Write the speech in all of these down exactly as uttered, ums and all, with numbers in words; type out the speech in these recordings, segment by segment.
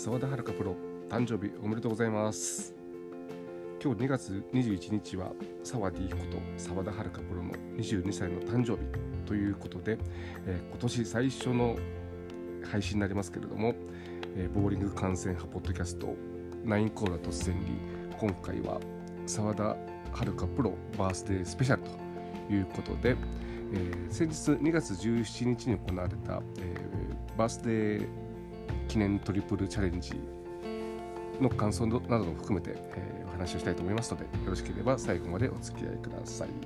澤田遥プロ誕生日おめでとうございます。今日にがつにじゅういちにちは澤 D こと澤田遥プロのにじゅうにさいの誕生日ということで、えー、今年最初の配信になりますけれども、えー、ボーリング観戦派ポッドキャストナインコーラ突然に今回は澤田遥プロバースデースペシャルということで、えー、先日にがつじゅうしちにちに行われた、えー、バースデー記念トリプルチャレンジの感想なども含めて、えー、お話をしたいと思いますので、よろしければ最後までお付き合いください。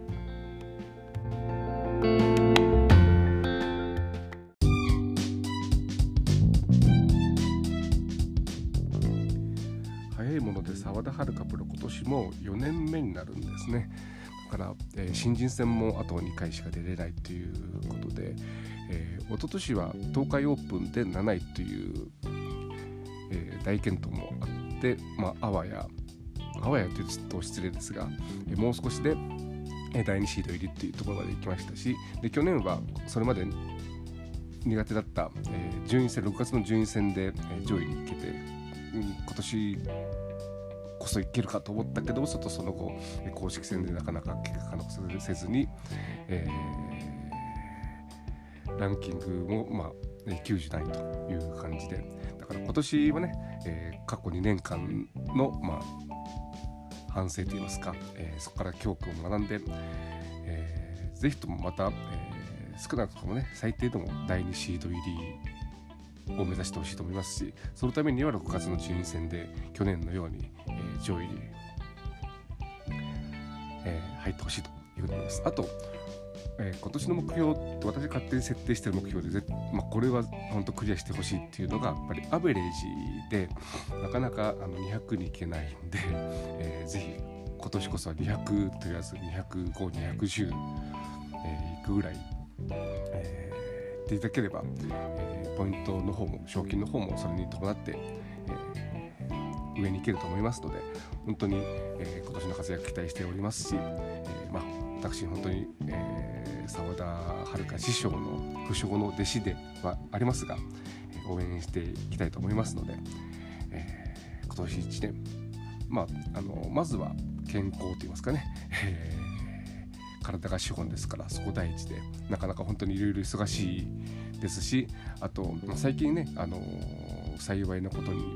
早いもので澤田遥プロ今年もよねんめになるんですね。だから、えー、新人戦もあとにかいしか出れないということで、えー、一昨年は東海オープンでなないという、えー、大健闘もあって、まあ、あわやあわやというと失礼ですが、えー、もう少しで、えー、だいにシード入りというところまで行きましたし、で去年はそれまで苦手だった、えー、順位戦ろくがつの順位戦で、えー、上位に行けて、うん、今年こそいけるかと思ったけど、ちょっとその後公式戦でなかなか結果が残せずに、えー、ランキングも、まあ、きゅうじゅうないという感じで、だから今年はね、えー、過去にねんかんの、まあ、反省といいますか、えー、そこから教訓を学んで、えー、ぜひともまた、えー、少なくともね最低でもだいにシード入りを目指してほしいと思いますし、そのためにはろくがつの順位戦で去年のように、えー、上位に、えー、入ってほしいというふうに思います。あと、えー、今年の目標って私勝手に設定している目標で、まあ、これは本当クリアしてほしいっていうのがやっぱりアベレージでなかなかあのにひゃくにいけないんで、えー、ぜひ今年こそはにひゃくとりあえずにひゃくご、にひゃくじゅう、えー、いくぐらい、えーいただければ、えー、ポイントの方も賞金の方もそれに伴って、えー、上に行けると思いますので、本当に、えー、今年の活躍期待しておりますし、えーまあ、私本当に澤田遥師匠の不肖の弟子ではありますが、えー、応援していきたいと思いますので、えー、今年いちねん、まあ、あのまずは健康といいますかね、えー体が資本ですから、そこ第一でなかなか本当にいろいろ忙しいですし、あと最近ね、あのー、幸いなことに、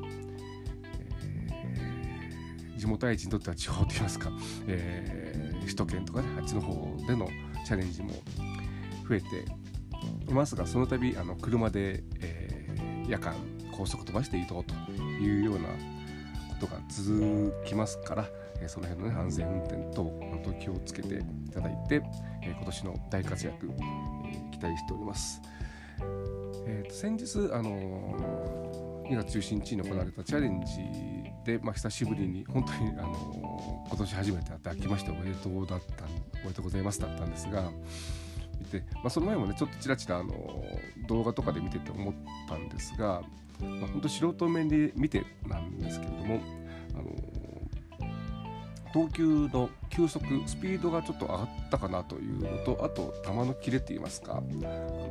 えー、地元愛知にとっては地方といいますか、えー、首都圏とかねあっちの方でのチャレンジも増えていますが、その度あの車で、えー、夜間高速飛ばして移動というようなことが続きますから、その辺の、ね、安全運転等本当に気をつけていただいて、えー、今年の大活躍、えー、期待しております。えー、と先日、あのー、にがつじゅうしちにちに行われたチャレンジで、まあ、久しぶりに本当に、あのー、今年初めて会って明けましておめでとうだったおめでとうございますだったんですが、でまあ、その前もねちょっとちらちら、あのー、動画とかで見てて思ったんですが、まあ、本当素人面で見てなんですけれども、あのー投球の球速スピードがちょっと上がったかなというのと、あと球のキレといいますか、あの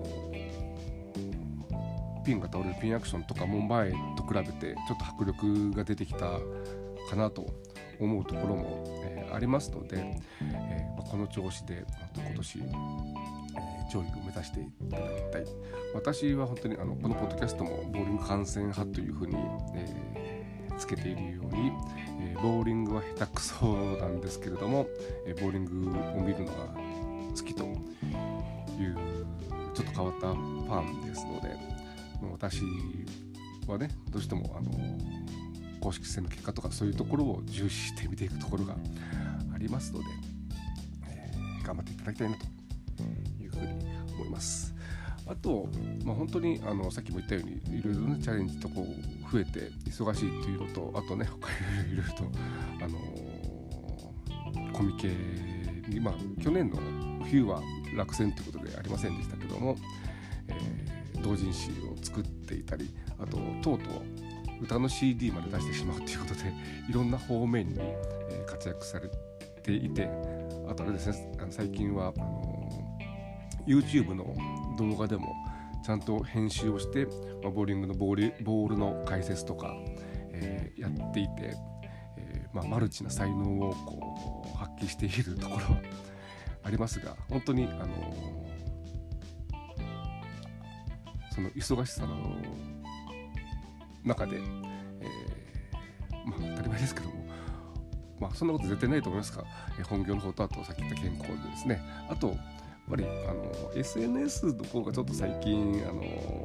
ピンが倒れるピンアクションとかも前と比べてちょっと迫力が出てきたかなと思うところも、えー、ありますので、えーまあ、この調子で今年、えー、上位を目指していただきたい。私は本当にあのこのポッドキャストもボーリング観戦派というふうに、えーつけているように、えー、ボーリングは下手くそなんですけれども、えー、ボーリングを見るのが好きというちょっと変わったファンですので、私はねどうしてもあの公式戦の結果とかそういうところを重視して見ていくところがありますので、えー、頑張っていただきたいなというふうに思います。あと、まあ、本当にあのさっきも言ったようにいろいろねチャレンジとこう増えて忙しいというのと、あとね他いろいろとあのー、コミケに、まあ、去年の冬は落選ということでありませんでしたけども、えー、同人誌を作っていたり、あととうとう歌の シーディー まで出してしまうということでいろんな方面に、えー、活躍されていて、あとあれですね、最近はあのー、YouTube の動画でもちゃんと編集をして、まあ、ボーリングのボール、ボールの解説とか、えー、やっていて、えーまあ、マルチな才能をこう発揮しているところはありますが、本当に、あのー、その忙しさの中で、えーまあ、当たり前ですけども、まあ、そんなこと絶対ないと思いますが、えー、本業の方と、あとさっき言った健康でですね、あとやっぱりあの エスエヌエス の方がちょっと最近、あの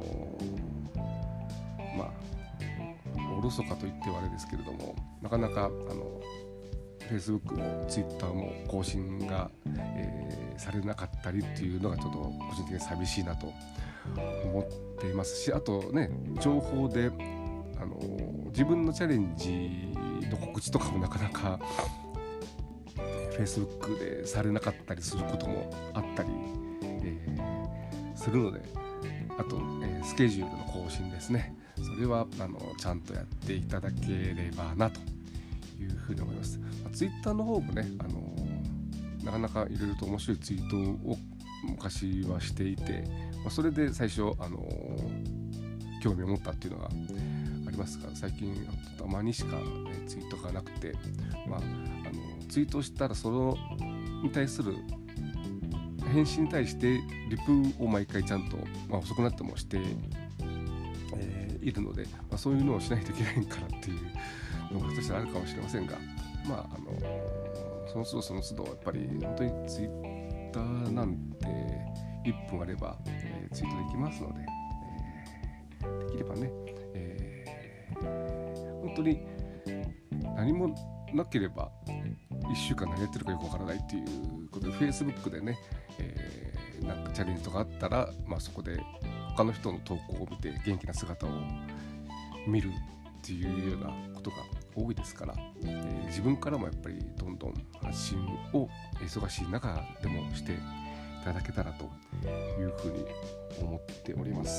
ー、まあおろそかと言ってはあれですけれども、なかなかあの Facebook も Twitter も更新が、えー、されなかったりっていうのがちょっと個人的に寂しいなと思っていますし、あとね、情報であの自分のチャレンジの告知とかもなかなか Facebook でされなかったりすることもあったり、えー、するので、あと、えー、スケジュールの更新ですね、それはあのちゃんとやっていただければなというふうに思います。まあ、Twitter の方もね、あのなかなかいろいろと面白いツイートを昔はしていて、まあ、それで最初、あの興味を持ったっていうのがありますが、最近たまにしか、ね、ツイートがなくて、まあ、あのツイートしたらそのに対する返信に対してリプを毎回ちゃんと、まあ、遅くなってもして、えー、いるので、まあ、そういうのをしないといけないからっていうのがひょっとしたらあるかもしれませんが、まあ、あのその都度その都度やっぱり本当にツイッターなんていっぷんあれば、えー、ツイートできますので、えー、できればね、えー、本当に何もなければいっしゅうかん何やってるかよくわからないっていうことで、 Facebook でね、えー、なんかチャレンジとかあったら、まあ、そこで他の人の投稿を見て元気な姿を見るっていうようなことが多いですから、えー、自分からもやっぱりどんどん発信を忙しい中でもしていただけたらというふうに思っております。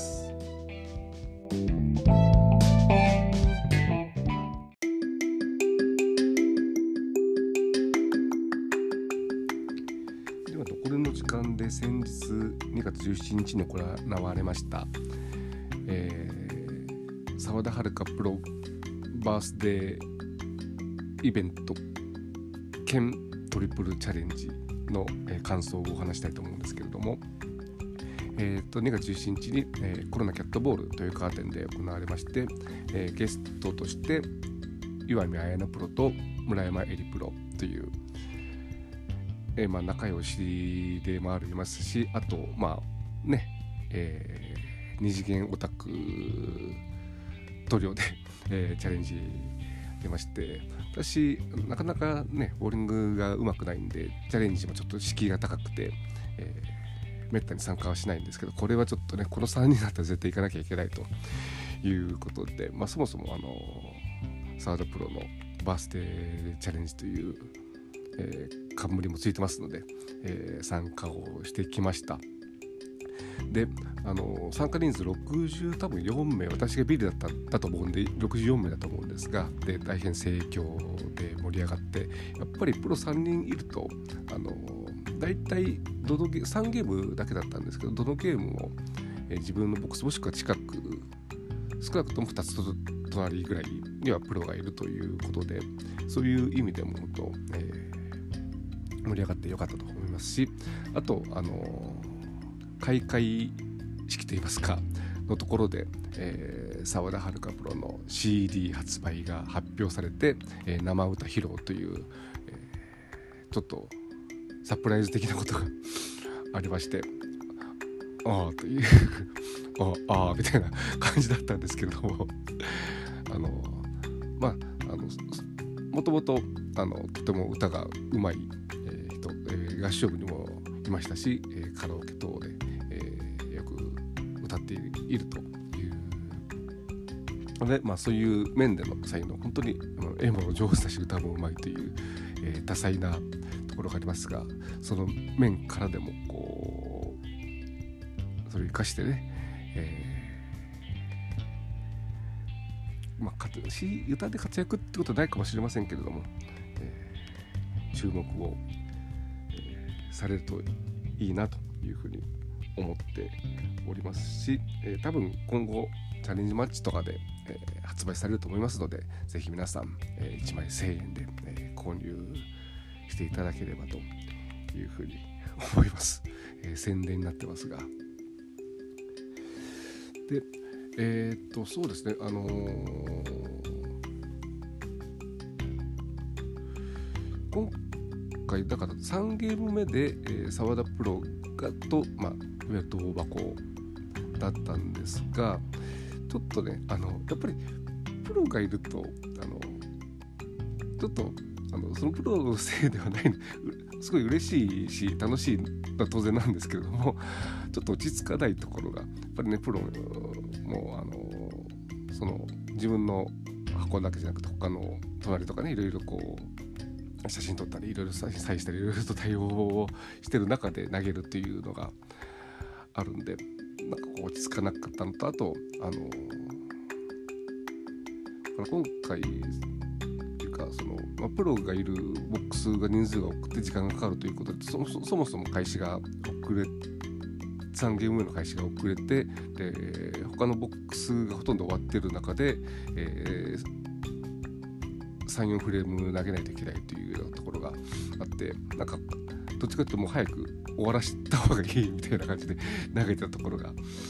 では残りの時間で、先日にがつじゅうしちにちに行われました、えー、澤田遥プロバースデーイベント兼トリプルチャレンジの、えー、感想をお話したいと思うんですけれども、えー、とにがつじゅうしちにちに、えー、コロナキャットボールというカーテンで行われまして、えー、ゲストとして岩見彩乃プロと村山恵里プロという、えーまあ、仲良しでもありますし、あとまあね、えー、二次元オタクトリオで、えー、チャレンジ出まして、私なかなかねボーリングが上手くないんで、チャレンジもちょっと敷居が高くて、えー、めったに参加はしないんですけど、これはちょっとねこのさんにんだったら絶対行かなきゃいけないということで、まあ、そもそもあの澤田プロのバースデーチャレンジという、えー、冠もついてますので、えー、参加をしてきました。で、あの参加人数ろくじゅう多分よんめい、私がビリだっただと思うんでろくじゅうよんめいだと思うんですが、で大変盛況で盛り上がって、やっぱりプロさんにんいると、あのだいたいどのゲさんゲームだけだったんですけど、どのゲームも、えー、自分のボックスもしくは近く、少なくともふたつと隣ぐらいにはプロがいるということで、そういう意味でも本当、えー、盛り上がってよかったと思いますし、あとあの開会式といいますかのところで、えー、澤田遥プロの シーディー 発売が発表されて、えー、生歌披露という、えー、ちょっとサプライズ的なことがありまして、ああというああみたいな感じだったんですけれどもあのまああのもともとあのとても歌がうまい、えー、人、えー、合唱部にもいましたし、えー、カラオケ等で、えー、よく歌っているというので、まあ、そういう面での才能、本当に絵も上手だし歌もうまいという、えー、多彩なところがありますが、その面からでもこうそれを生かしてね、えーまあ、歌で活躍ってことはないかもしれませんけれども、えー、注目を、えー、されるといいなというふうに思っておりますし、えー、多分今後チャレンジマッチとかで、えー、発売されると思いますので、ぜひ皆さん、えー、いちまいせんえんで、えー、購入していただければというふうに思います、えー、宣伝になってますが、でえー、っとそうですね、あのー、今回だからさんゲーム目で、えー、澤田プロがと、まあ、いわゆる同箱だったんですが、ちょっとね、あのやっぱりプロがいると、あのちょっとあのそのプロのせいではない、すごい嬉しいし楽しいのは当然なんですけれども、ちょっと落ち着かないところがやっぱりね、プロもあのその自分の箱だけじゃなくて他の隣とかね、いろいろこう写真撮ったりいろいろサインしたりいろいろと対応をしてる中で投げるっていうのがあるんで、なんかこう落ち着かなかったのと、あとあの今回っていうかその、まあ、プロがいるボックスが人数が多くて時間がかかるということで、そも そ, そもそも開始が遅れさんゲーム目の開始が遅れて、で他のボックスがほとんど終わってる中で、えー、さんよんフレーム投げないといけないというようなところがあって、なんかどっちかというともう早く終わらせた方がいいみたいな感じで投げたところが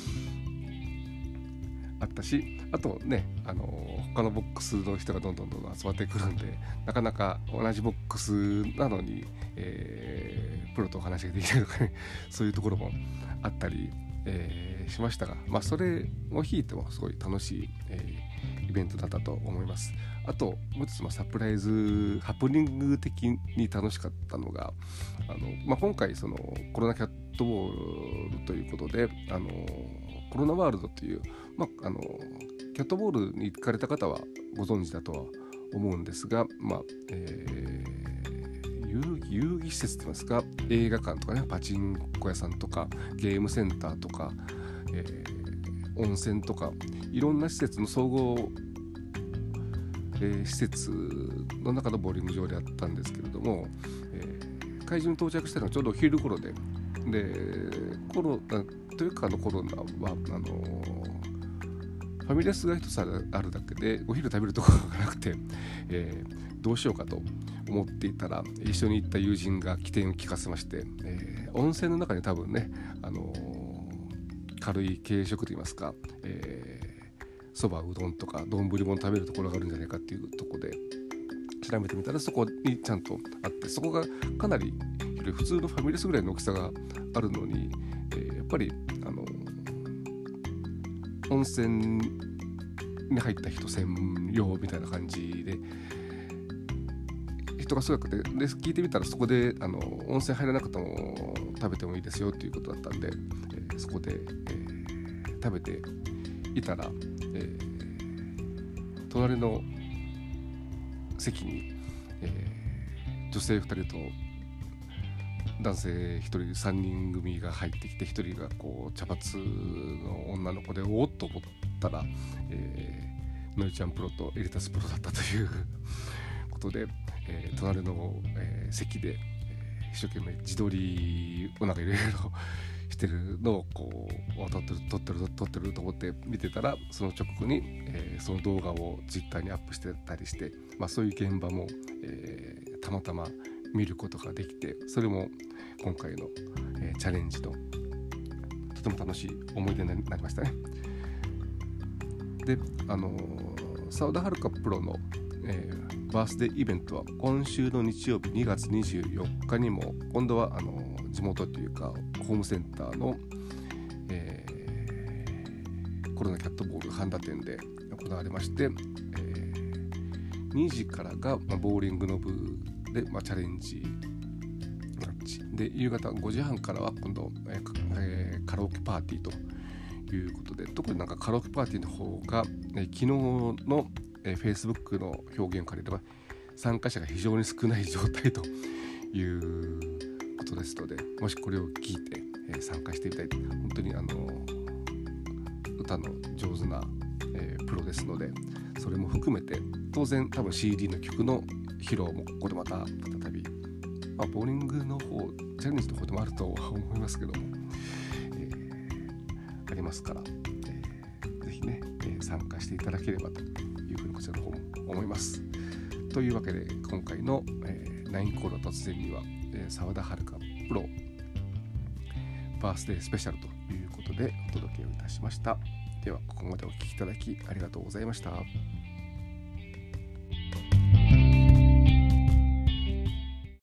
あったし、あとね、あの他のボックスの人がどんどんどんどん集まってくるんで、なかなか同じボックスなのに、えー、プロとお話ができないとかね、そういうところもあったり、えー、しましたが、まあそれを引いてもすごい楽しい、えー、イベントだったと思います。あともう一つ、まあ、サプライズハプニング的に楽しかったのが、あの、まあ、今回そのコロナキャットボールということで、あのコロナワールドという、まあ、あのキャットボールに行かれた方はご存知だとは思うんですが、まあえー、遊戯、遊戯施設といいますか、映画館とかね、パチンコ屋さんとかゲームセンターとか、えー、温泉とかいろんな施設の総合、えー、施設の中のボーリング場であったんですけれども、えー、会場に到着したのはちょうどお昼頃で、でコロナというかあのコロナはあのファミレスが一つあるだけでお昼食べるところがなくて、えー、どうしようかと思っていたら、一緒に行った友人が起点を聞かせまして、えー、温泉の中に多分ね、あのー、軽い軽食といいますか、えー、そばうどんとか丼も食べるところがあるんじゃないかっていうところで調べてみたら、そこにちゃんとあって、そこがかなり普通のファミレスぐらいの大きさがあるのに、えー、やっぱりあの温泉に入った人専用みたいな感じで人がすごくて、で聞いてみたらそこであの温泉入らなくても食べてもいいですよっていうことだったんで、えー、そこで、えー、食べていたら、えー、隣の席に、えー、女性ふたりと男性ひとりさんにん組が入ってきて、ひとりがこう茶髪の女の子で、おっと思ったら、えー、のりちゃんプロとエリタスプロだったということで、えー、隣の、えー、席で、えー、一生懸命自撮りをなんかいろいろしてるのをこう撮ってる撮ってる撮ってると思って見てたら、その直後に、えー、その動画をツイッターにアップしてたりして、まあ、そういう現場も、えー、たまたま見ることができて、それも今回の、えー、チャレンジのとても楽しい思い出になりましたね。で、あのー、澤田遥プロの、えー、バースデーイベントは今週の日曜日にがつにじゅうよっかにも、今度はあのー、地元というかホームセンターの、えー、コロナキャットボール半田店で行われまして、えー、にじからが、まあ、ボーリングの部で、まあ、チャレンジマッチで、夕方ごじはんからは今度、えーえー、カラオケパーティーということで、特になんかカラオケパーティーの方が、えー、昨日の、えー、Facebook の表現を借りれば参加者が非常に少ない状態ということですので、もしこれを聞いて、えー、参加してみたいと、本当にあの歌の上手な、えー、プロですので、それも含めて当然多分 シーディー の曲の披露もここでまた再び、まあ、ボーリングの方チャレンジの方でもあるとは思いますけども、えー、 ますから、えー、ぜひね、えー、参加していただければというふうにこちらの方も思います。というわけで今回の、えー、ナインコール突然には澤田遥プロバースデースペシャルということでお届けをいたしました。ではここまでお聞きいただきありがとうございました。